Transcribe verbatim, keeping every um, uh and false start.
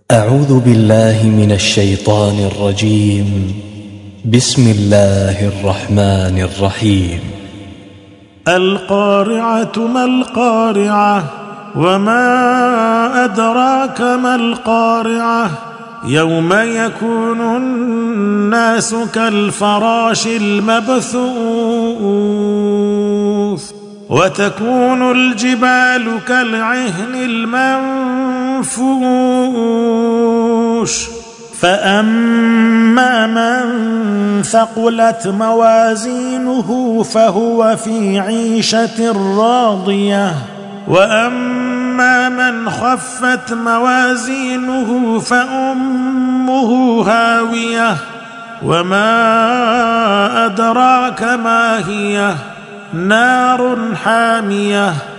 أعوذ بالله من الشيطان الرجيم. بسم الله الرحمن الرحيم. القارعة ما القارعة وما أدراك ما القارعة يوم يكون الناس كالفراش المبثوث وتكون الجبال كالعهن المنفوش فأما من ثقلت موازينه فهو في عيشة راضية وأما من خفت موازينه فأمه هاوية وما أدراك ما هي نار حامية